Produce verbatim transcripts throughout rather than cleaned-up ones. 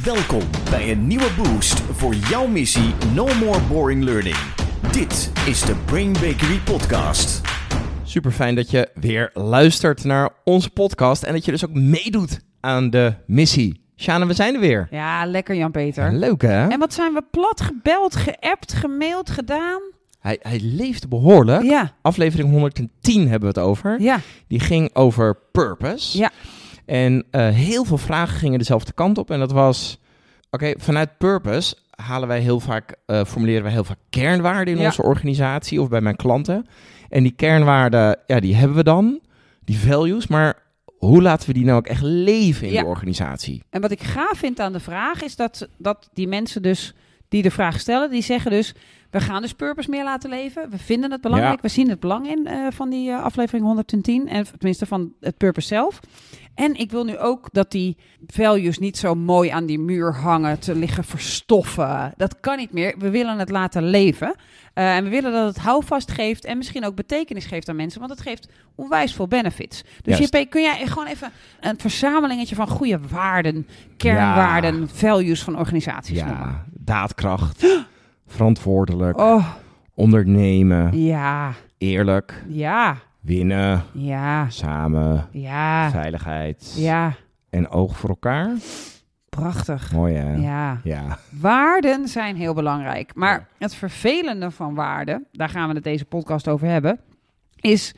Welkom bij een nieuwe boost voor jouw missie No More Boring Learning. Dit is de Brain Bakery podcast. Super fijn dat je weer luistert naar onze podcast en dat je dus ook meedoet aan de missie. Sjane, we zijn er weer. Ja, lekker Jan-Peter. Leuk hè? En wat zijn we plat gebeld, geappt, gemaild, gedaan? Hij, hij leeft behoorlijk. Ja. Aflevering honderdtien hebben we het over. Ja. Die ging over purpose. Ja. En uh, heel veel vragen gingen dezelfde kant op. En dat was, oké, okay, vanuit purpose halen wij heel vaak, uh, formuleren wij heel vaak kernwaarden in ja. onze organisatie of bij mijn klanten. En die kernwaarden, ja, die hebben we dan, die values, maar hoe laten we die nou ook echt leven in ja. de organisatie? En wat ik gaaf vind aan de vraag is dat, dat die mensen dus die de vraag stellen, die zeggen dus, we gaan dus purpose meer laten leven. We vinden het belangrijk. Ja. We zien het belang in uh, van die uh, aflevering honderdtien. En tenminste van het purpose zelf. En ik wil nu ook dat die values niet zo mooi aan die muur hangen, te liggen verstoffen. Dat kan niet meer. We willen het laten leven. Uh, en we willen dat het houvast geeft en misschien ook betekenis geeft aan mensen. Want het geeft onwijs veel benefits. Dus J P, kun jij gewoon even een verzamelingetje van goede waarden, kernwaarden, ja. values van organisaties ja. noemen? Daadkracht. Verantwoordelijk, oh. ondernemen, ja. eerlijk, ja. winnen, ja. samen, ja. veiligheid ja. en oog voor elkaar. Prachtig. Mooi hè? Ja. ja. Waarden zijn heel belangrijk. Maar ja. het vervelende van waarden, daar gaan we het deze podcast over hebben, is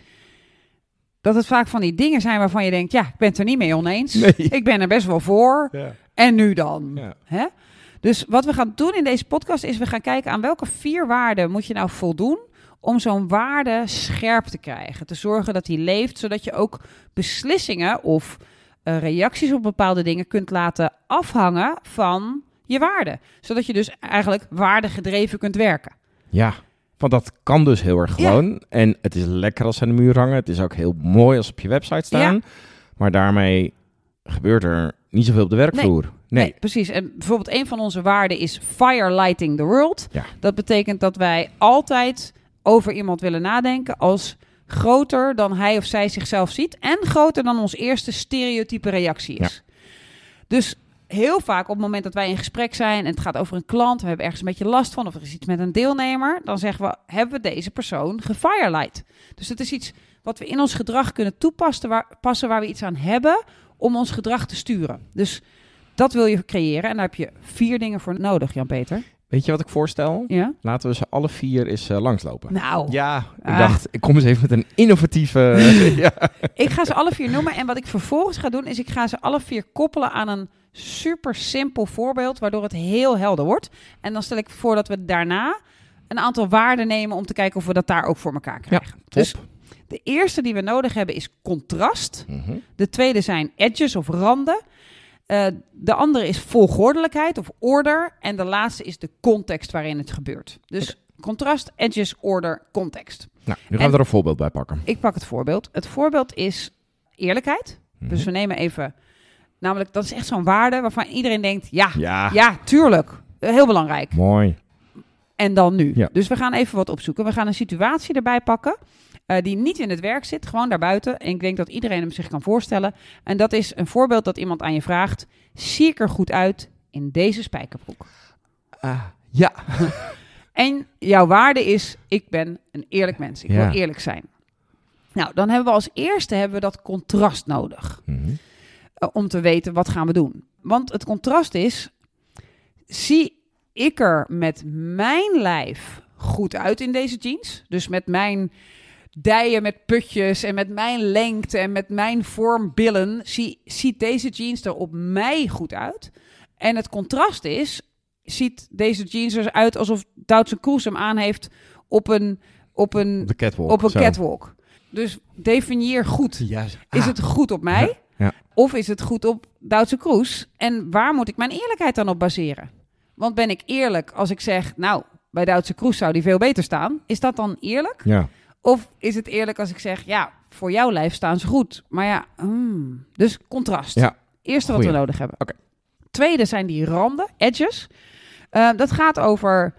dat het vaak van die dingen zijn waarvan je denkt, ja, ik ben het er niet mee oneens. Nee. Ik ben er best wel voor. Ja. En nu dan? Ja. Hè? Dus wat we gaan doen in deze podcast is we gaan kijken aan welke vier waarden moet je nou voldoen om zo'n waarde scherp te krijgen. Te zorgen dat die leeft, zodat je ook beslissingen of uh, reacties op bepaalde dingen kunt laten afhangen van je waarden. Zodat je dus eigenlijk waardegedreven kunt werken. Ja, want dat kan dus heel erg gewoon. Ja. En het is lekker als ze aan de muur hangen. Het is ook heel mooi als ze op je website staan. Ja. Maar daarmee gebeurt er niet zoveel op de werkvloer. Nee. Nee. nee, precies. En bijvoorbeeld een van onze waarden is fire lighting the world. Ja. Dat betekent dat wij altijd over iemand willen nadenken als groter dan hij of zij zichzelf ziet en groter dan ons eerste stereotype reactie is. Ja. Dus heel vaak op het moment dat wij in gesprek zijn en het gaat over een klant, we hebben ergens een beetje last van of er is iets met een deelnemer, dan zeggen we, hebben we deze persoon gefirelight? Dus het is iets wat we in ons gedrag kunnen toepassen waar, passen waar we iets aan hebben om ons gedrag te sturen. Dus dat wil je creëren en daar heb je vier dingen voor nodig, Jan-Peter. Weet je wat ik voorstel? Ja? Laten we ze alle vier eens uh, langslopen. Nou. Ja, ik ah. dacht, ik kom eens even met een innovatieve... uh, ja. Ik ga ze alle vier noemen en wat ik vervolgens ga doen is ik ga ze alle vier koppelen aan een super simpel voorbeeld, waardoor het heel helder wordt. En dan stel ik voor dat we daarna een aantal waarden nemen om te kijken of we dat daar ook voor elkaar krijgen. Ja, top. Dus de eerste die we nodig hebben is contrast. Mm-hmm. De tweede zijn edges of randen. Uh, de andere is volgordelijkheid of order. En de laatste is de context waarin het gebeurt. Dus okay. Contrast, edges, order, context. Nou, nu gaan en we er een voorbeeld bij pakken. Ik pak het voorbeeld. Het voorbeeld is eerlijkheid. Mm-hmm. Dus we nemen even... Namelijk, dat is echt zo'n waarde waarvan iedereen denkt... Ja, ja, ja tuurlijk. Heel belangrijk. Mooi. En dan nu. Ja. Dus we gaan even wat opzoeken. We gaan een situatie erbij pakken... Uh, die niet in het werk zit, gewoon daarbuiten. En ik denk dat iedereen hem zich kan voorstellen. En dat is een voorbeeld dat iemand aan je vraagt... zie ik er goed uit in deze spijkerbroek? Uh, ja. En jouw waarde is, ik ben een eerlijk mens. Ik ja. wil eerlijk zijn. Nou, dan hebben we als eerste hebben we dat contrast nodig. Mm-hmm. Uh, om te weten, wat gaan we doen? Want het contrast is... zie ik er met mijn lijf goed uit in deze jeans? Dus met mijn... dijen met putjes en met mijn lengte en met mijn vorm billen, zie, ziet deze jeans er op mij goed uit. En het contrast is, ziet deze jeans eruit alsof Doutzen Kroes hem aan heeft op een, op een, op de catwalk. Op een catwalk. Dus definieer goed. Ja. Ah. Is het goed op mij? Ja. Ja. Of is het goed op Doutzen Kroes? En waar moet ik mijn eerlijkheid dan op baseren? Want ben ik eerlijk als ik zeg, nou, bij Doutzen Kroes zou die veel beter staan. Is dat dan eerlijk? Ja. Of is het eerlijk als ik zeg, ja, voor jouw lijf staan ze goed. Maar ja, mm, dus contrast. Ja. Eerste wat Goeie. we nodig hebben. Okay. Tweede zijn die randen, edges. Uh, dat gaat over,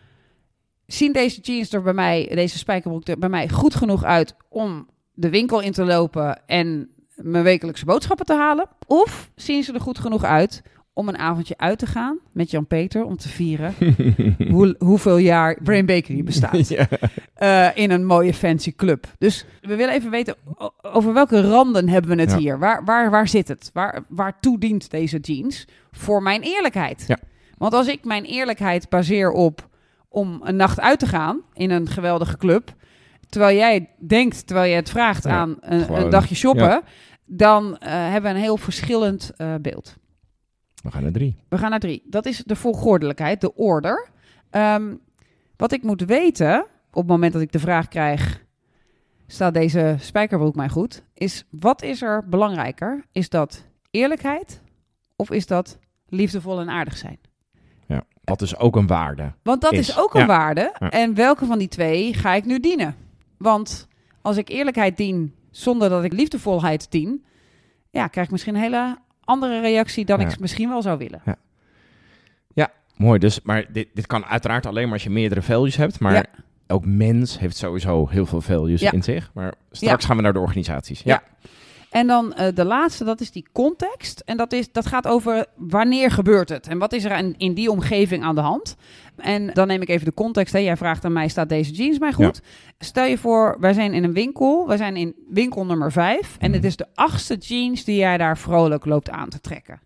zien deze jeans er bij mij, deze spijkerbroek er bij mij goed genoeg uit om de winkel in te lopen en mijn wekelijkse boodschappen te halen? Of zien ze er goed genoeg uit om een avondje uit te gaan met Jan-Peter om te vieren hoe, hoeveel jaar Brain Bakery bestaat. Ja. Uh, in een mooie fancy club. Dus we willen even weten, over welke randen hebben we het ja. hier? Waar, waar, waar zit het? Waar, waartoe dient deze jeans? Voor mijn eerlijkheid. Ja. Want als ik mijn eerlijkheid baseer op om een nacht uit te gaan in een geweldige club, terwijl jij denkt, terwijl je het vraagt ja, aan een, een dagje shoppen, ja. dan uh, hebben we een heel verschillend uh, beeld. We gaan naar drie. We gaan naar drie. Dat is de volgordelijkheid, de order. Um, wat ik moet weten, op het moment dat ik de vraag krijg, staat deze spijkerbroek mij goed, is wat is er belangrijker? Is dat eerlijkheid of is dat liefdevol en aardig zijn? Ja, dat is ook een waarde. Want dat is, is ook een ja. waarde. Ja. En welke van die twee ga ik nu dienen? Want als ik eerlijkheid dien zonder dat ik liefdevolheid dien, ja, krijg ik misschien een hele andere reactie dan ja. ik misschien wel zou willen. Ja, ja mooi. Dus, maar dit, dit kan uiteraard alleen maar als je meerdere values hebt. Maar ja. elk mens heeft sowieso heel veel values ja. in zich. Maar straks ja. gaan we naar de organisaties. Ja. ja. En dan uh, de laatste, dat is die context. En dat, is, dat gaat over wanneer gebeurt het? En wat is er in, in die omgeving aan de hand? En dan neem ik even de context. Hè. Jij vraagt aan mij, staat deze jeans mij goed? Ja. Stel je voor, wij zijn in een winkel. Wij zijn in winkel nummer vijf. En mm. het is de achtste jeans die jij daar vrolijk loopt aan te trekken.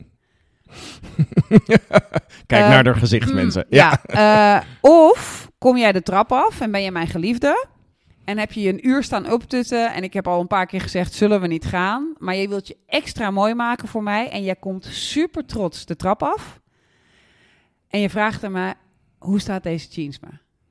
Kijk uh, naar haar gezicht, mm, mensen. Ja. ja uh, of kom jij de trap af en ben je mijn geliefde? En heb je je een uur staan optutten en ik heb al een paar keer gezegd, zullen we niet gaan? Maar je wilt je extra mooi maken voor mij en jij komt super trots de trap af. En je vraagt aan me, hoe staat deze jeans me?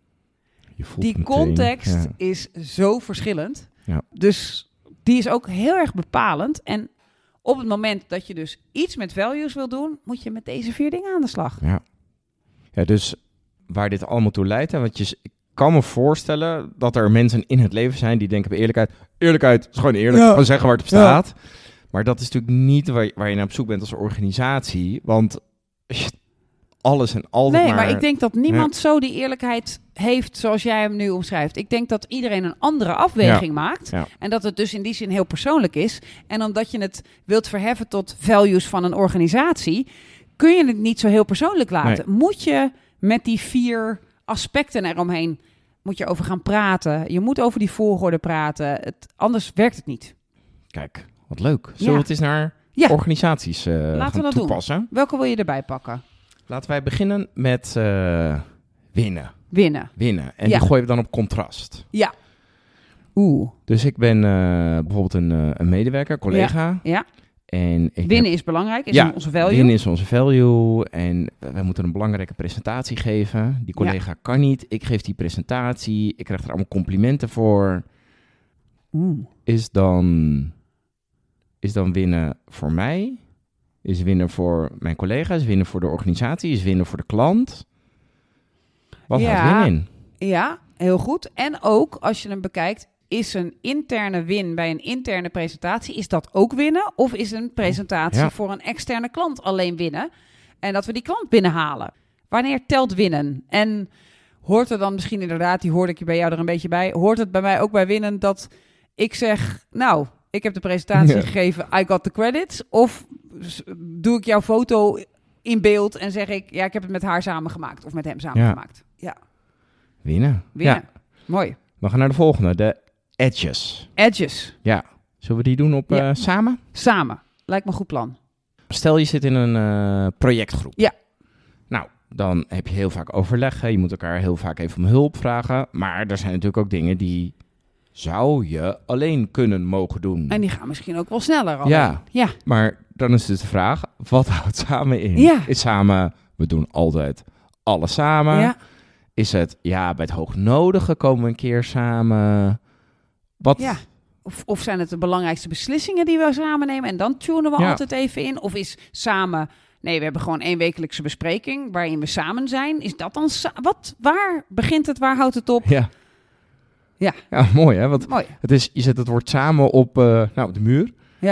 Die meteen, context ja. is zo verschillend. Ja. Dus die is ook heel erg bepalend. En op het moment dat je dus iets met values wil doen, moet je met deze vier dingen aan de slag. Ja, ja dus waar dit allemaal toe leidt, hè, want je... Ik kan me voorstellen dat er mensen in het leven zijn die denken bij eerlijkheid. Eerlijkheid is gewoon eerlijk. Ja. Gewoon zeggen waar het op staat. Ja. Maar dat is natuurlijk niet waar je, waar je naar op zoek bent als organisatie. Want alles en altijd nee, maar... maar ik denk dat niemand ja. zo die eerlijkheid heeft zoals jij hem nu omschrijft. Ik denk dat iedereen een andere afweging ja. maakt. Ja. En dat het dus in die zin heel persoonlijk is. En omdat je het wilt verheffen tot values van een organisatie, kun je het niet zo heel persoonlijk laten. Nee. Moet je met die vier aspecten eromheen moet je over gaan praten. Je moet over die volgorde praten. Het, anders werkt het niet. Kijk, wat leuk. Zullen ja. we het eens naar ja. organisaties uh, Laten gaan we dat toepassen? Doen. Welke wil je erbij pakken? Laten wij beginnen met uh, winnen. Winnen. Winnen. En ja. die gooien we dan op contrast. Ja. Oeh. Dus ik ben uh, bijvoorbeeld een, uh, een medewerker, collega. Ja. ja. En ik winnen heb... is belangrijk, is ja, onze value. Winnen is onze value en wij moeten een belangrijke presentatie geven. Die collega ja. kan niet, ik geef die presentatie, ik krijg er allemaal complimenten voor. Oeh. Is dan, is dan winnen voor mij? Is winnen voor mijn collega's? Is winnen voor de organisatie? Is winnen voor de klant? Wat ja. houdt winnen in? Ja, heel goed. En ook als je hem bekijkt, is een interne win bij een interne presentatie, is dat ook winnen? Of is een presentatie ja. voor een externe klant alleen winnen? En dat we die klant binnenhalen. Wanneer telt winnen? En hoort er dan misschien inderdaad, die hoorde ik je bij jou er een beetje bij, hoort het bij mij ook bij winnen dat ik zeg, nou, ik heb de presentatie ja. gegeven, I got the credits? Of doe ik jouw foto in beeld en zeg ik, ja, ik heb het met haar samen gemaakt of met hem samen ja. gemaakt? Ja. Winnen. Winnen. Ja. Mooi. We gaan naar de volgende, de edges. Edges. Ja. Zullen we die doen op ja. uh, samen? Samen. Lijkt me een goed plan. Stel je zit in een uh, projectgroep. Ja. Nou, dan heb je heel vaak overleggen. Je moet elkaar heel vaak even om hulp vragen. Maar er zijn natuurlijk ook dingen die zou je alleen kunnen mogen doen. En die gaan misschien ook wel sneller alleen. Ja. ja. Maar dan is dus de vraag, wat houdt samen in? Ja. Is samen, we doen altijd alles samen. Ja. Is het, ja, bij het hoognodige komen we een keer samen. Wat... Ja. Of, of zijn het de belangrijkste beslissingen die we samen nemen en dan tunen we ja. altijd even in? Of is samen, nee, we hebben gewoon één wekelijkse bespreking waarin we samen zijn. Is dat dan, sa- wat, waar begint het, waar houdt het op? Ja. Ja. Ja, mooi hè, want mooi. Het is, je zet het woord samen op, uh, nou, op de muur. Ja.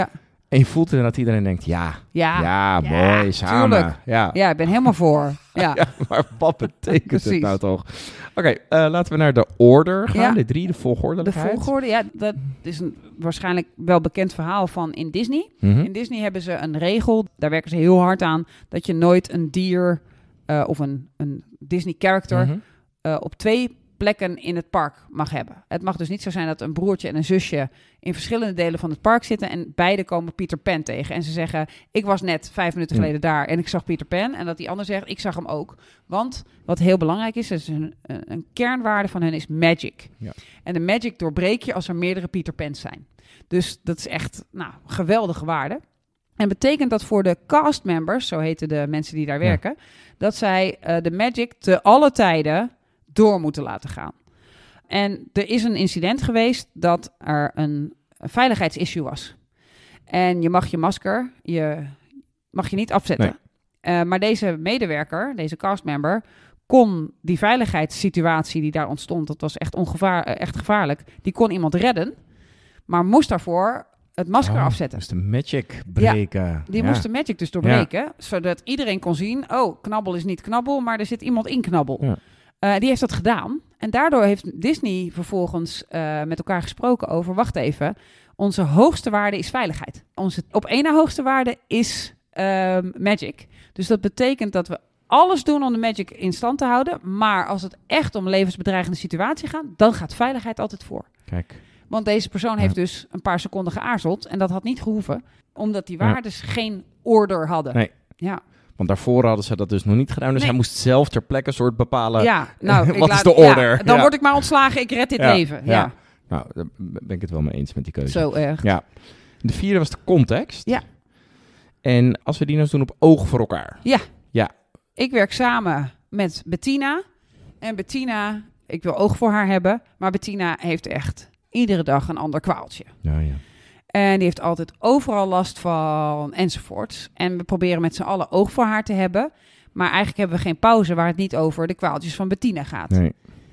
En je voelt inderdaad dat iedereen denkt, ja, ja, ja, ja mooi, samen. Ja. ja, ik ben helemaal voor. Ja, ja maar wat betekent het nou toch? Oké, okay, uh, laten we naar de order gaan, ja. de drie, de volgordelijkheid. De volgorde, ja, dat is een waarschijnlijk wel bekend verhaal van in Disney. Mm-hmm. In Disney hebben ze een regel, daar werken ze heel hard aan, dat je nooit een dier uh, of een, een Disney-character mm-hmm. uh, op twee plekken in het park mag hebben. Het mag dus niet zo zijn dat een broertje en een zusje in verschillende delen van het park zitten en beide komen Peter Pan tegen. En ze zeggen, ik was net vijf minuten geleden daar en ik zag Peter Pan. En dat die ander zegt, ik zag hem ook. Want wat heel belangrijk is, is een, een kernwaarde van hen is magic. Ja. En de magic doorbreek je als er meerdere Peter Pans zijn. Dus dat is echt, nou, geweldige waarde. En betekent dat voor de castmembers, zo heten de mensen die daar werken, ja. dat zij uh, de magic te alle tijden door moeten laten gaan. En er is een incident geweest dat er een, een veiligheidsissue was. En je mag je masker, je mag je niet afzetten. Nee. Uh, maar deze medewerker, deze castmember, kon die veiligheidssituatie die daar ontstond, dat was echt, ongevaar, echt gevaarlijk, die kon iemand redden, maar moest daarvoor het masker oh, afzetten. Dus de magic breken. Ja, die ja. moest de magic dus doorbreken, ja. zodat iedereen kon zien, oh, Knabbel is niet Knabbel, maar er zit iemand in Knabbel. Ja. Uh, die heeft dat gedaan. En daardoor heeft Disney vervolgens uh, met elkaar gesproken over, wacht even, onze hoogste waarde is veiligheid. Onze op één na hoogste waarde is uh, magic. Dus dat betekent dat we alles doen om de magic in stand te houden. Maar als het echt om levensbedreigende situatie gaat, dan gaat veiligheid altijd voor. Kijk. Want deze persoon ja. heeft dus een paar seconden geaarzeld. En dat had niet gehoeven, omdat die waardes ja. geen order hadden. Nee. Ja. Want daarvoor hadden ze dat dus nog niet gedaan. Dus nee. hij moest zelf ter plekke een soort bepalen. Ja, nou, wat laat, is de order? Ja, dan ja. word ik maar ontslagen. Ik red dit ja. leven. Ja. ja. Nou, daar ben ik het wel mee eens met die keuze. Zo erg. Ja. De vierde was de context. Ja. En als we die nou doen op oog voor elkaar. Ja. Ja. Ik werk samen met Bettina. En Bettina, ik wil oog voor haar hebben. Maar Bettina heeft echt iedere dag een ander kwaaltje. Ja, ja. En die heeft altijd overal last van enzovoorts. En we proberen met z'n allen oog voor haar te hebben. Maar eigenlijk hebben we geen pauze waar het niet over de kwaaltjes van Bettina gaat. Nee.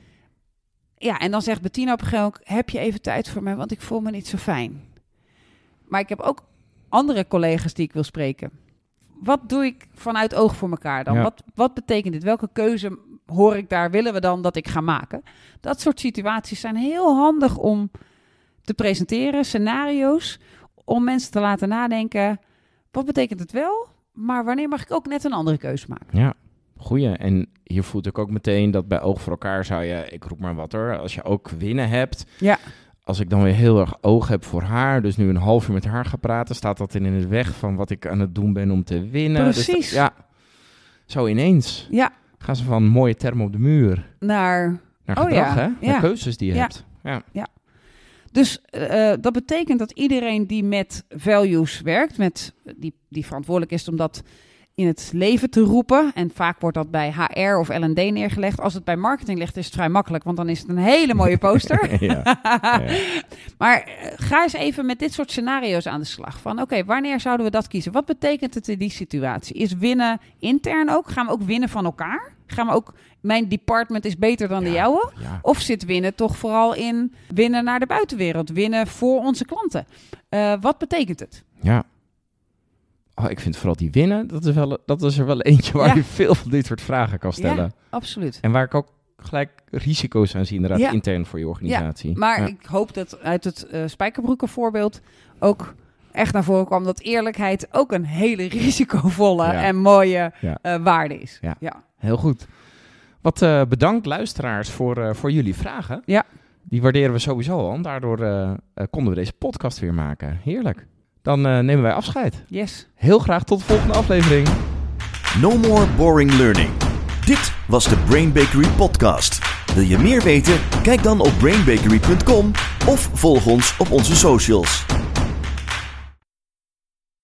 Ja, en dan zegt Bettina op een gegeven moment, heb je even tijd voor mij, want ik voel me niet zo fijn. Maar ik heb ook andere collega's die ik wil spreken. Wat doe ik vanuit oog voor elkaar dan? Ja. Wat, wat betekent dit? Welke keuze hoor ik daar, willen we dan dat ik ga maken? Dat soort situaties zijn heel handig om te presenteren, scenario's, om mensen te laten nadenken, wat betekent het wel, maar wanneer mag ik ook net een andere keuze maken? Ja, goeie. En hier voelt ik ook meteen dat bij oog voor elkaar zou je, ik roep maar wat hoor, als je ook winnen hebt, ja. als ik dan weer heel erg oog heb voor haar, dus nu een half uur met haar ga praten, staat dat in de weg van wat ik aan het doen ben om te winnen. Precies. Dus dat, ja, zo ineens ja. gaan ze van mooie termen op de muur naar, naar gedrag, oh ja. hè? Ja. Naar keuzes die je ja. hebt. Ja. ja. Dus uh, dat betekent dat iedereen die met values werkt, met, die, die verantwoordelijk is om dat in het leven te roepen. En vaak wordt dat bij H R of L en D neergelegd. Als het bij marketing ligt, is het vrij makkelijk, want dan is het een hele mooie poster. ja. Ja. Maar uh, ga eens even met dit soort scenario's aan de slag. Van oké, okay, wanneer zouden we dat kiezen? Wat betekent het in die situatie? Is winnen intern ook? Gaan we ook winnen van elkaar? Gaan we ook, mijn department is beter dan ja, de jouwe? Ja. Of zit winnen toch vooral in winnen naar de buitenwereld? Winnen voor onze klanten? Uh, wat betekent het? Ja. Oh, ik vind vooral die winnen, dat is, wel, dat is er wel eentje waar ja. je veel van dit soort vragen kan stellen. Ja, absoluut. En waar ik ook gelijk risico's aan zie, inderdaad, ja. intern voor je organisatie. Ja, maar ja. ik hoop dat uit het uh, spijkerbroeken voorbeeld ook echt naar voren kwam dat eerlijkheid ook een hele risicovolle ja. en mooie ja. uh, waarde is. Ja. ja, heel goed. Wat uh, bedankt luisteraars voor, uh, voor jullie vragen. Ja. Die waarderen we sowieso al. Daardoor uh, uh, konden we deze podcast weer maken. Heerlijk. Dan uh, nemen wij afscheid. Yes. Heel graag tot de volgende aflevering. No more boring learning. Dit was de Brain Bakery podcast. Wil je meer weten? Kijk dan op brain bakery punt com of volg ons op onze socials.